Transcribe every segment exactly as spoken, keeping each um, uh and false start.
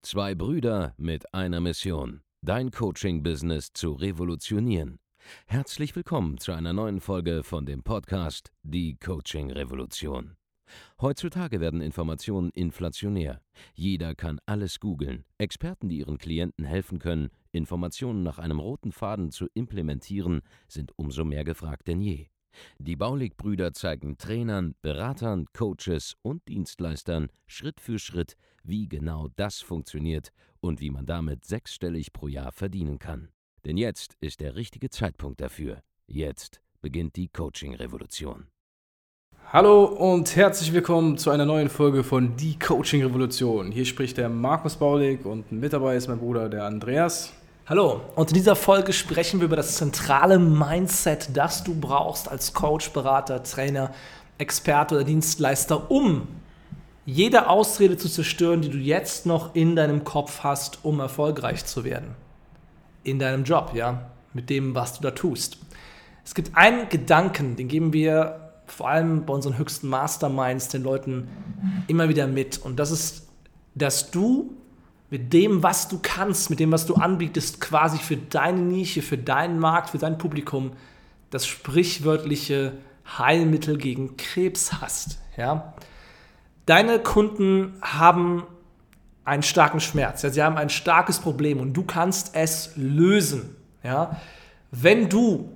Zwei Brüder mit einer Mission, dein Coaching-Business zu revolutionieren. Herzlich willkommen zu einer neuen Folge von dem Podcast Die Coaching-Revolution. Heutzutage werden Informationen inflationär. Jeder kann alles googeln. Experten, die ihren Klienten helfen können, Informationen nach einem roten Faden zu implementieren, sind umso mehr gefragt denn je. Die Baulig-Brüder zeigen Trainern, Beratern, Coaches und Dienstleistern Schritt für Schritt, wie genau das funktioniert und wie man damit sechsstellig pro Jahr verdienen kann. Denn jetzt ist der richtige Zeitpunkt dafür. Jetzt beginnt die Coaching-Revolution. Hallo und herzlich willkommen zu einer neuen Folge von Die Coaching-Revolution. Hier spricht der Markus Baulig und mit dabei ist mein Bruder, der Andreas. Hallo, und in dieser Folge sprechen wir über das zentrale Mindset, das du brauchst als Coach, Berater, Trainer, Experte oder Dienstleister, um jede Ausrede zu zerstören, die du jetzt noch in deinem Kopf hast, um erfolgreich zu werden. In deinem Job, ja, mit dem, was du da tust. Es gibt einen Gedanken, den geben wir vor allem bei unseren höchsten Masterminds den Leuten immer wieder mit. Und das ist, dass du mit dem, was du kannst, mit dem, was du anbietest, quasi für deine Nische, für deinen Markt, für dein Publikum, das sprichwörtliche Heilmittel gegen Krebs hast. Ja? Deine Kunden haben einen starken Schmerz, ja? Sie haben ein starkes Problem und du kannst es lösen. Ja? Wenn du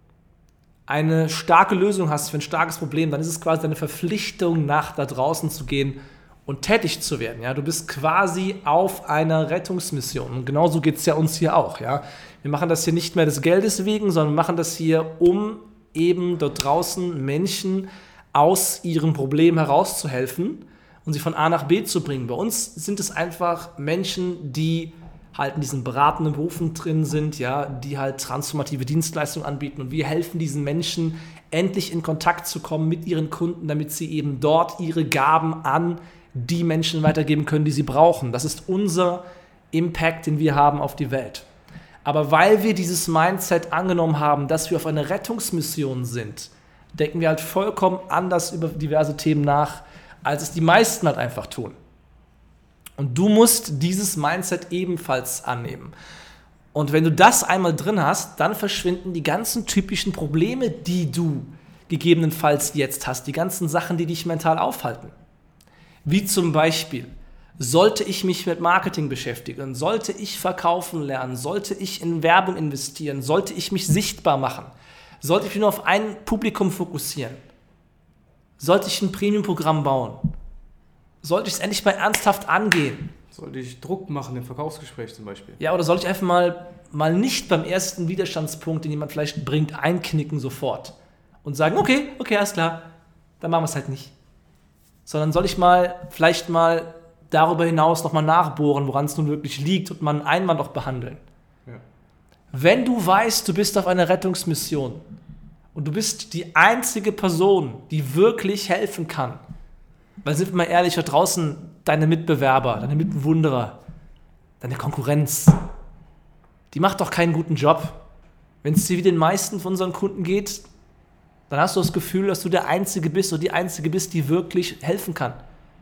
eine starke Lösung hast für ein starkes Problem, dann ist es quasi deine Verpflichtung, nach da draußen zu gehen und tätig zu werden. Ja? Du bist quasi auf einer Rettungsmission. Und genauso geht es ja uns hier auch. Ja? Wir machen das hier nicht mehr des Geldes wegen, sondern wir machen das hier, um eben dort draußen Menschen aus ihrem Problem herauszuhelfen und sie von A nach B zu bringen. Bei uns sind es einfach Menschen, die halt in diesen beratenden Berufen drin sind, ja, die halt transformative Dienstleistungen anbieten. Und wir helfen diesen Menschen, endlich in Kontakt zu kommen mit ihren Kunden, damit sie eben dort ihre Gaben an die Menschen weitergeben können, die sie brauchen. Das ist unser Impact, den wir haben auf die Welt. Aber weil wir dieses Mindset angenommen haben, dass wir auf einer Rettungsmission sind, denken wir halt vollkommen anders über diverse Themen nach, als es die meisten halt einfach tun. Und du musst dieses Mindset ebenfalls annehmen. Und wenn du das einmal drin hast, dann verschwinden die ganzen typischen Probleme, die du gegebenenfalls jetzt hast, die ganzen Sachen, die dich mental aufhalten. Wie zum Beispiel, sollte ich mich mit Marketing beschäftigen, sollte ich verkaufen lernen, sollte ich in Werbung investieren, sollte ich mich sichtbar machen, sollte ich mich nur auf ein Publikum fokussieren, sollte ich ein Premium-Programm bauen, sollte ich es endlich mal ernsthaft angehen. Sollte ich Druck machen im Verkaufsgespräch zum Beispiel? Ja, oder sollte ich einfach mal, mal nicht beim ersten Widerstandspunkt, den jemand vielleicht bringt, einknicken sofort und sagen, okay, okay, alles klar, dann machen wir es halt nicht. Sondern soll ich mal, vielleicht mal darüber hinaus nochmal nachbohren, woran es nun wirklich liegt und mal einen Einwand auch behandeln. Ja. Wenn du weißt, du bist auf einer Rettungsmission und du bist die einzige Person, die wirklich helfen kann, weil sind wir mal ehrlich, da draußen deine Mitbewerber, deine Mitbewunderer, deine Konkurrenz, die macht doch keinen guten Job. Wenn es dir wie den meisten von unseren Kunden geht, dann hast du das Gefühl, dass du der Einzige bist oder die Einzige bist, die wirklich helfen kann.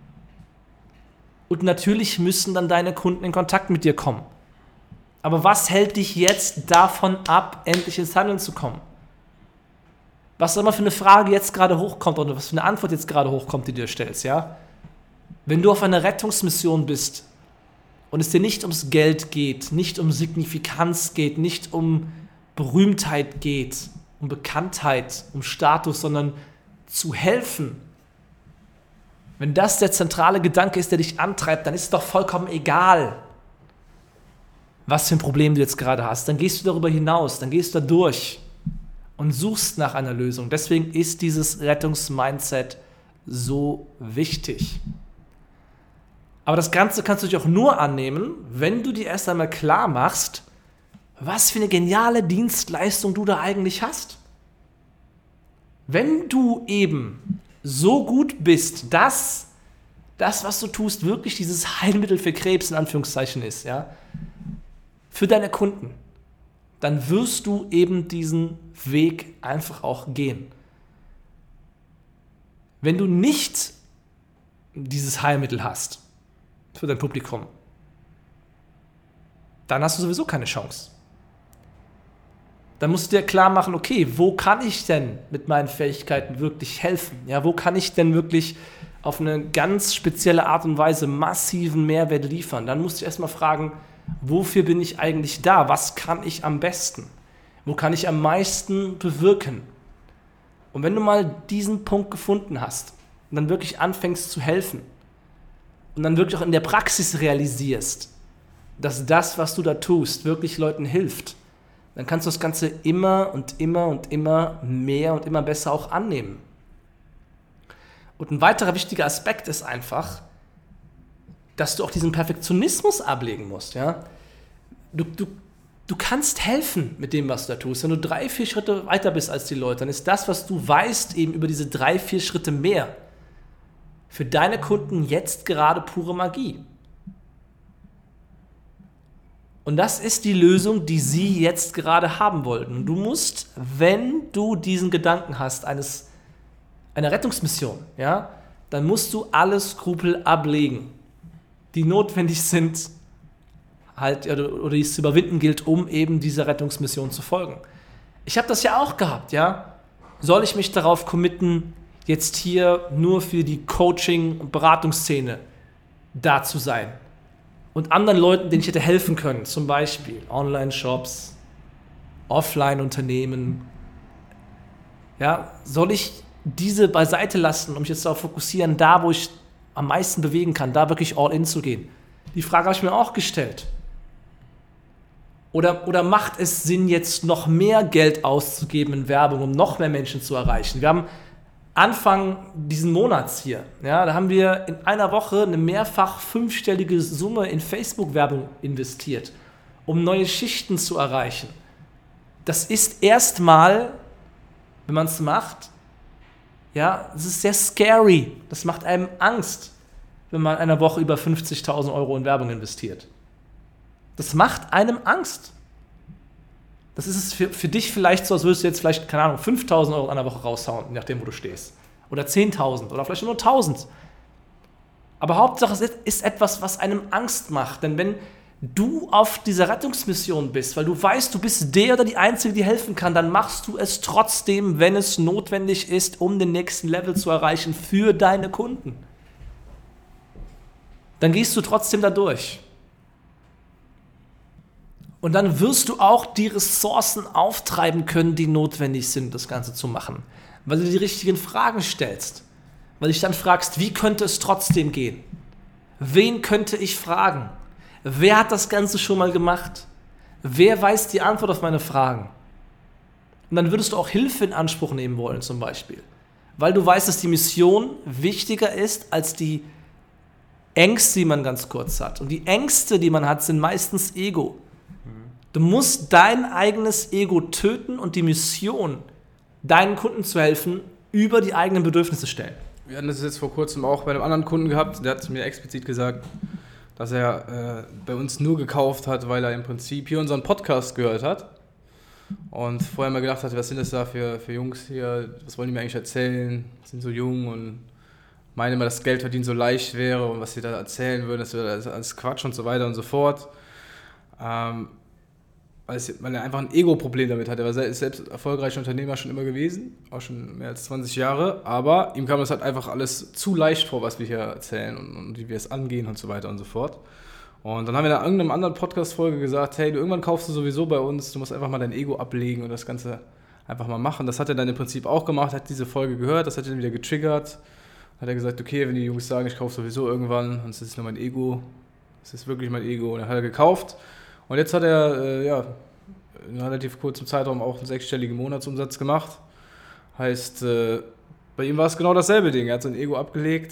Und natürlich müssen dann deine Kunden in Kontakt mit dir kommen. Aber was hält dich jetzt davon ab, endlich ins Handeln zu kommen? Was auch immer für eine Frage jetzt gerade hochkommt oder was für eine Antwort jetzt gerade hochkommt, die du dir stellst, ja? Wenn du auf einer Rettungsmission bist und es dir nicht ums Geld geht, nicht um Signifikanz geht, nicht um Berühmtheit geht, um Bekanntheit, um Status, sondern zu helfen. Wenn das der zentrale Gedanke ist, der dich antreibt, dann ist es doch vollkommen egal, was für ein Problem du jetzt gerade hast. Dann gehst du darüber hinaus, dann gehst du da durch und suchst nach einer Lösung. Deswegen ist dieses Rettungsmindset so wichtig. Aber das Ganze kannst du dich auch nur annehmen, wenn du dir erst einmal klar machst, was für eine geniale Dienstleistung du da eigentlich hast. Wenn du eben so gut bist, dass das, was du tust, wirklich dieses Heilmittel für Krebs in Anführungszeichen ist, ja, für deine Kunden, dann wirst du eben diesen Weg einfach auch gehen. Wenn du nicht dieses Heilmittel hast für dein Publikum, dann hast du sowieso keine Chance. Dann musst du dir klar machen, okay, wo kann ich denn mit meinen Fähigkeiten wirklich helfen? Ja, wo kann ich denn wirklich auf eine ganz spezielle Art und Weise massiven Mehrwert liefern? Dann musst du erstmal fragen, wofür bin ich eigentlich da? Was kann ich am besten? Wo kann ich am meisten bewirken? Und wenn du mal diesen Punkt gefunden hast und dann wirklich anfängst zu helfen und dann wirklich auch in der Praxis realisierst, dass das, was du da tust, wirklich Leuten hilft, dann kannst du das Ganze immer und immer und immer mehr und immer besser auch annehmen. Und ein weiterer wichtiger Aspekt ist einfach, dass du auch diesen Perfektionismus ablegen musst. Ja? Du, du, du kannst helfen mit dem, was du da tust. Wenn du drei, vier Schritte weiter bist als die Leute, dann ist das, was du weißt, eben über diese drei, vier Schritte mehr für deine Kunden jetzt gerade pure Magie. Und das ist die Lösung, die sie jetzt gerade haben wollten. Du musst, wenn du diesen Gedanken hast, eines, einer Rettungsmission, ja, dann musst du alle Skrupel ablegen, die notwendig sind, halt, oder, oder die es zu überwinden gilt, um eben dieser Rettungsmission zu folgen. Ich habe das ja auch gehabt, ja. Soll ich mich darauf committen, jetzt hier nur für die Coaching- und Beratungsszene da zu sein? Und anderen Leuten, denen ich hätte helfen können, zum Beispiel Online-Shops, Offline-Unternehmen. Ja, soll ich diese beiseite lassen und mich jetzt darauf fokussieren, da, wo ich am meisten bewegen kann, da wirklich all in zu gehen? Die Frage habe ich mir auch gestellt. Oder, oder macht es Sinn, jetzt noch mehr Geld auszugeben in Werbung, um noch mehr Menschen zu erreichen? Wir haben Anfang diesen Monats hier, ja, da haben wir in einer Woche eine mehrfach fünfstellige Summe in Facebook-Werbung investiert, um neue Schichten zu erreichen. Das ist erstmal, wenn man es macht, ja, das ist sehr scary. Das macht einem Angst, wenn man in einer Woche über fünfzigtausend Euro in Werbung investiert. Das macht einem Angst. Das ist es für, für dich vielleicht so, als würdest du jetzt vielleicht, keine Ahnung, fünftausend Euro an der Woche raushauen, je nachdem, wo du stehst. Oder zehntausend oder vielleicht nur tausend. Aber Hauptsache, es ist etwas, was einem Angst macht. Denn wenn du auf dieser Rettungsmission bist, weil du weißt, du bist der oder die Einzige, die helfen kann, dann machst du es trotzdem, wenn es notwendig ist, um den nächsten Level zu erreichen für deine Kunden. Dann gehst du trotzdem da durch. Und dann wirst du auch die Ressourcen auftreiben können, die notwendig sind, das Ganze zu machen. Weil du die richtigen Fragen stellst. Weil du dich dann fragst, wie könnte es trotzdem gehen? Wen könnte ich fragen? Wer hat das Ganze schon mal gemacht? Wer weiß die Antwort auf meine Fragen? Und dann würdest du auch Hilfe in Anspruch nehmen wollen, zum Beispiel. Weil du weißt, dass die Mission wichtiger ist als die Ängste, die man ganz kurz hat. Und die Ängste, die man hat, sind meistens Ego. Du musst dein eigenes Ego töten und die Mission, deinen Kunden zu helfen, über die eigenen Bedürfnisse stellen. Wir hatten das jetzt vor kurzem auch bei einem anderen Kunden gehabt, der hat mir explizit gesagt, dass er äh, bei uns nur gekauft hat, weil er im Prinzip hier unseren Podcast gehört hat und vorher mal gedacht hat, was sind das da für, für Jungs hier, was wollen die mir eigentlich erzählen, sind so jung und meinen immer, dass Geld verdienen so leicht wäre und was sie da erzählen würden, das wäre alles Quatsch und so weiter und so fort. Ähm, weil er einfach ein Ego-Problem damit hat. Er war selbst erfolgreicher Unternehmer schon immer gewesen, auch schon mehr als zwanzig Jahre, aber ihm kam das halt einfach alles zu leicht vor, was wir hier erzählen und, und wie wir es angehen und so weiter und so fort. Und dann haben wir in irgendeiner anderen Podcast-Folge gesagt, hey, du, irgendwann kaufst du sowieso bei uns, du musst einfach mal dein Ego ablegen und das Ganze einfach mal machen. Das hat er dann im Prinzip auch gemacht, hat diese Folge gehört, das hat ihn wieder getriggert. Hat er gesagt, okay, wenn die Jungs sagen, ich kaufe sowieso irgendwann, dann ist das nur mein Ego, das ist wirklich mein Ego. Und dann hat er gekauft. Und jetzt hat er äh, ja, in relativ kurzem Zeitraum auch einen sechsstelligen Monatsumsatz gemacht. Heißt, äh, bei ihm war es genau dasselbe Ding. Er hat sein Ego abgelegt,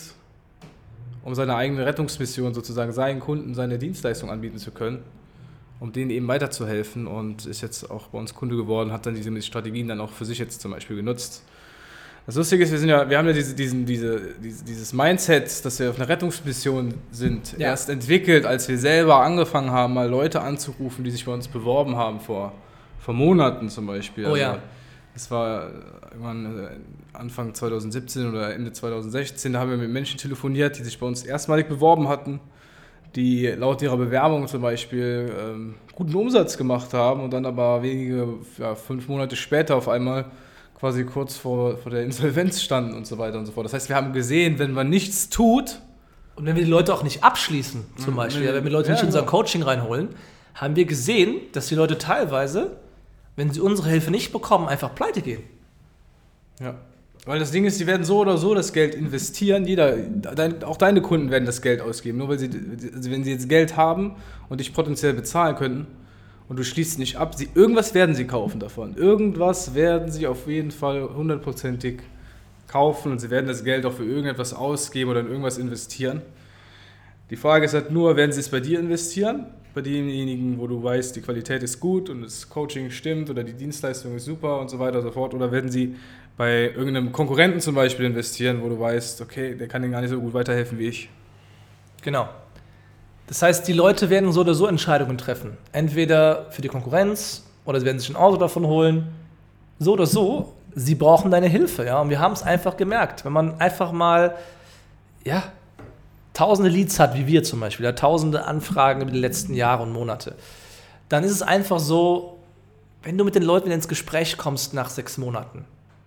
um seine eigene Rettungsmission sozusagen seinen Kunden seine Dienstleistung anbieten zu können, um denen eben weiterzuhelfen und ist jetzt auch bei uns Kunde geworden, hat dann diese Strategien dann auch für sich jetzt zum Beispiel genutzt. Das Lustige ist, wir, sind ja, wir haben ja diese, diesen, diese, dieses Mindset, dass wir auf einer Rettungsmission sind, ja. erst entwickelt, als wir selber angefangen haben, mal Leute anzurufen, die sich bei uns beworben haben, vor, vor Monaten zum Beispiel. Oh also, ja. Das war irgendwann Anfang zwanzig siebzehn oder Ende zwanzig sechzehn, da haben wir mit Menschen telefoniert, die sich bei uns erstmalig beworben hatten, die laut ihrer Bewerbung zum Beispiel ähm, guten Umsatz gemacht haben und dann aber wenige, ja, fünf Monate später auf einmal quasi kurz vor, vor der Insolvenz standen und so weiter und so fort. Das heißt, wir haben gesehen, wenn man nichts tut... Und wenn wir die Leute auch nicht abschließen, zum Beispiel, ja, wenn wir Leute ja, nicht in unser genau. Coaching reinholen, haben wir gesehen, dass die Leute teilweise, wenn sie unsere Hilfe nicht bekommen, einfach pleite gehen. Ja. Weil das Ding ist, die werden so oder so das Geld investieren. Jeder, dein, auch deine Kunden werden das Geld ausgeben. Nur weil sie, also wenn sie jetzt Geld haben und dich potenziell bezahlen könnten und du schließt nicht ab, sie, irgendwas werden sie kaufen davon. Irgendwas werden sie auf jeden Fall hundertprozentig kaufen und sie werden das Geld auch für irgendetwas ausgeben oder in irgendwas investieren. Die Frage ist halt nur, werden sie es bei dir investieren? Bei denjenigen, wo du weißt, die Qualität ist gut und das Coaching stimmt oder die Dienstleistung ist super und so weiter und so fort. Oder werden sie bei irgendeinem Konkurrenten zum Beispiel investieren, wo du weißt, okay, der kann dir gar nicht so gut weiterhelfen wie ich. Genau. Das heißt, die Leute werden so oder so Entscheidungen treffen. Entweder für die Konkurrenz oder sie werden sich ein Auto davon holen. So oder so, sie brauchen deine Hilfe. Ja? Und wir haben es einfach gemerkt. Wenn man einfach mal ja, tausende Leads hat, wie wir zum Beispiel, ja, tausende Anfragen über die letzten Jahre und Monate, dann ist es einfach so, wenn du mit den Leuten ins Gespräch kommst nach sechs Monaten,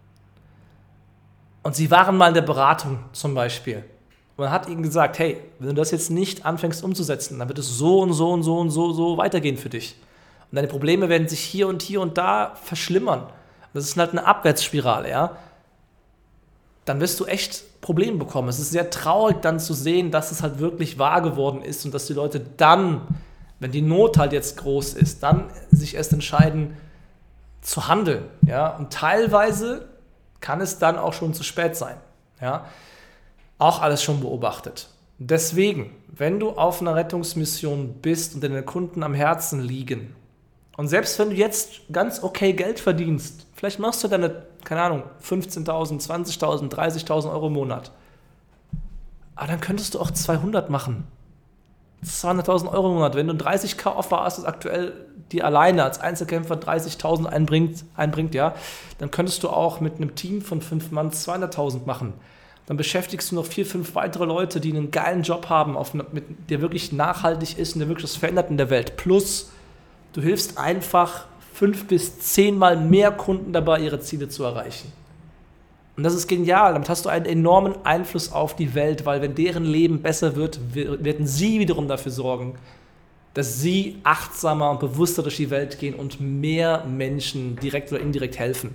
und sie waren mal in der Beratung zum Beispiel. Und man hat ihnen gesagt, hey, wenn du das jetzt nicht anfängst umzusetzen, dann wird es so und so und so und so, so weitergehen für dich. Und deine Probleme werden sich hier und hier und da verschlimmern. Das ist halt eine Abwärtsspirale, ja. Dann wirst du echt Probleme bekommen. Es ist sehr traurig dann zu sehen, dass es halt wirklich wahr geworden ist und dass die Leute dann, wenn die Not halt jetzt groß ist, dann sich erst entscheiden zu handeln, ja. Und teilweise kann es dann auch schon zu spät sein. Ja? Auch alles schon beobachtet. Deswegen, wenn du auf einer Rettungsmission bist und deine Kunden am Herzen liegen und selbst wenn du jetzt ganz okay Geld verdienst, vielleicht machst du deine, keine Ahnung, fünfzehntausend, zwanzigtausend, dreißigtausend Euro im Monat, aber dann könntest du auch zweihundert machen. zweihunderttausend Euro im Monat. Wenn du dreißig K Offer hast, das aktuell dir alleine als Einzelkämpfer dreißigtausend einbringt, einbringt, ja, dann könntest du auch mit einem Team von fünf Mann zweihunderttausend machen. Dann beschäftigst du noch vier, fünf weitere Leute, die einen geilen Job haben, auf, mit, der wirklich nachhaltig ist und der wirklich was verändert in der Welt. Plus, du hilfst einfach fünf bis zehnmal mehr Kunden dabei, ihre Ziele zu erreichen. Und das ist genial. Damit hast du einen enormen Einfluss auf die Welt, weil wenn deren Leben besser wird, werden sie wiederum dafür sorgen, dass sie achtsamer und bewusster durch die Welt gehen und mehr Menschen direkt oder indirekt helfen.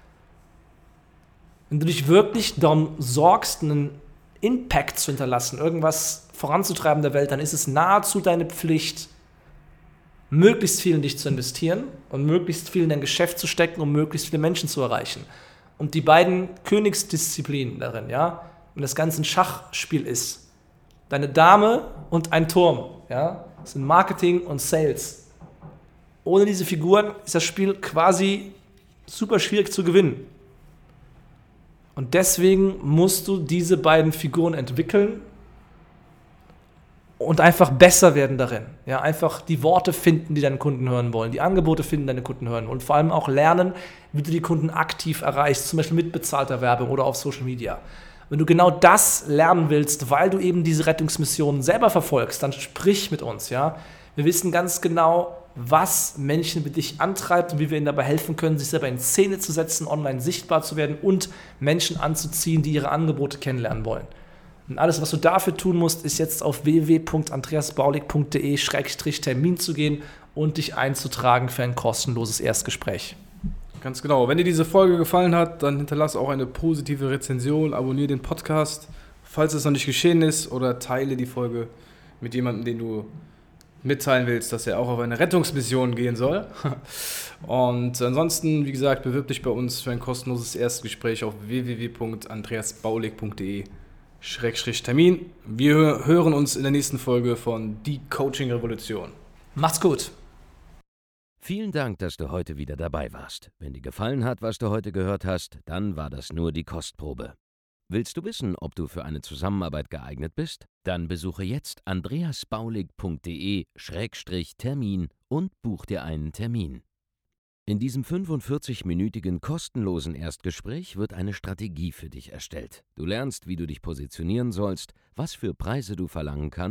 Wenn du dich wirklich darum sorgst, einen Impact zu hinterlassen, irgendwas voranzutreiben in der Welt, dann ist es nahezu deine Pflicht, möglichst viel in dich zu investieren und möglichst viel in dein Geschäft zu stecken, um möglichst viele Menschen zu erreichen. Und die beiden Königsdisziplinen darin, ja, wenn das Ganze ein Schachspiel ist, deine Dame und ein Turm, ja, das sind Marketing und Sales. Ohne diese Figuren ist das Spiel quasi super schwierig zu gewinnen. Und deswegen musst du diese beiden Figuren entwickeln und einfach besser werden darin. Ja, einfach die Worte finden, die deine Kunden hören wollen, die Angebote finden, die deine Kunden hören wollen und vor allem auch lernen, wie du die Kunden aktiv erreichst, zum Beispiel mit bezahlter Werbung oder auf Social Media. Wenn du genau das lernen willst, weil du eben diese Rettungsmission selber verfolgst, dann sprich mit uns. Ja? Wir wissen ganz genau, was Menschen mit dich antreibt und wie wir ihnen dabei helfen können, sich selber in Szene zu setzen, online sichtbar zu werden und Menschen anzuziehen, die ihre Angebote kennenlernen wollen. Und alles, was du dafür tun musst, ist jetzt auf w w w punkt andreas baulig punkt d e schrägstrich termin zu gehen und dich einzutragen für ein kostenloses Erstgespräch. Ganz genau. Wenn dir diese Folge gefallen hat, dann hinterlass auch eine positive Rezension, abonniere den Podcast, falls es noch nicht geschehen ist, oder teile die Folge mit jemandem, den du mitteilen willst, dass er auch auf eine Rettungsmission gehen soll. Und ansonsten, wie gesagt, bewirb dich bei uns für ein kostenloses Erstgespräch auf w w w punkt andreas baulig punkt d e schrägstrich termin. Wir hören uns in der nächsten Folge von Die Coaching Revolution. Macht's gut. Vielen Dank, dass du heute wieder dabei warst. Wenn dir gefallen hat, was du heute gehört hast, dann war das nur die Kostprobe. Willst du wissen, ob du für eine Zusammenarbeit geeignet bist? Dann besuche jetzt andreas baulig punkt d e schrägstrich termin und buch dir einen Termin. In diesem fünfundvierzig-minütigen kostenlosen Erstgespräch wird eine Strategie für dich erstellt. Du lernst, wie du dich positionieren sollst, was für Preise du verlangen kannst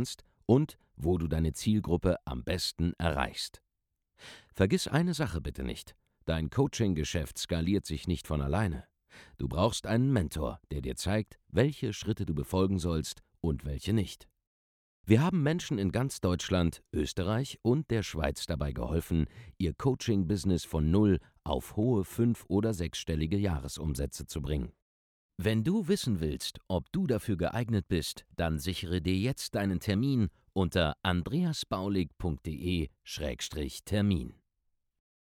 und wo du deine Zielgruppe am besten erreichst. Vergiss eine Sache bitte nicht: Dein Coaching-Geschäft skaliert sich nicht von alleine. Du brauchst einen Mentor, der dir zeigt, welche Schritte du befolgen sollst und welche nicht. Wir haben Menschen in ganz Deutschland, Österreich und der Schweiz dabei geholfen, ihr Coaching-Business von null auf hohe fünf- oder sechsstellige Jahresumsätze zu bringen. Wenn du wissen willst, ob du dafür geeignet bist, dann sichere dir jetzt deinen Termin unter andreasbaulig punkt de Schrägstrich Termin.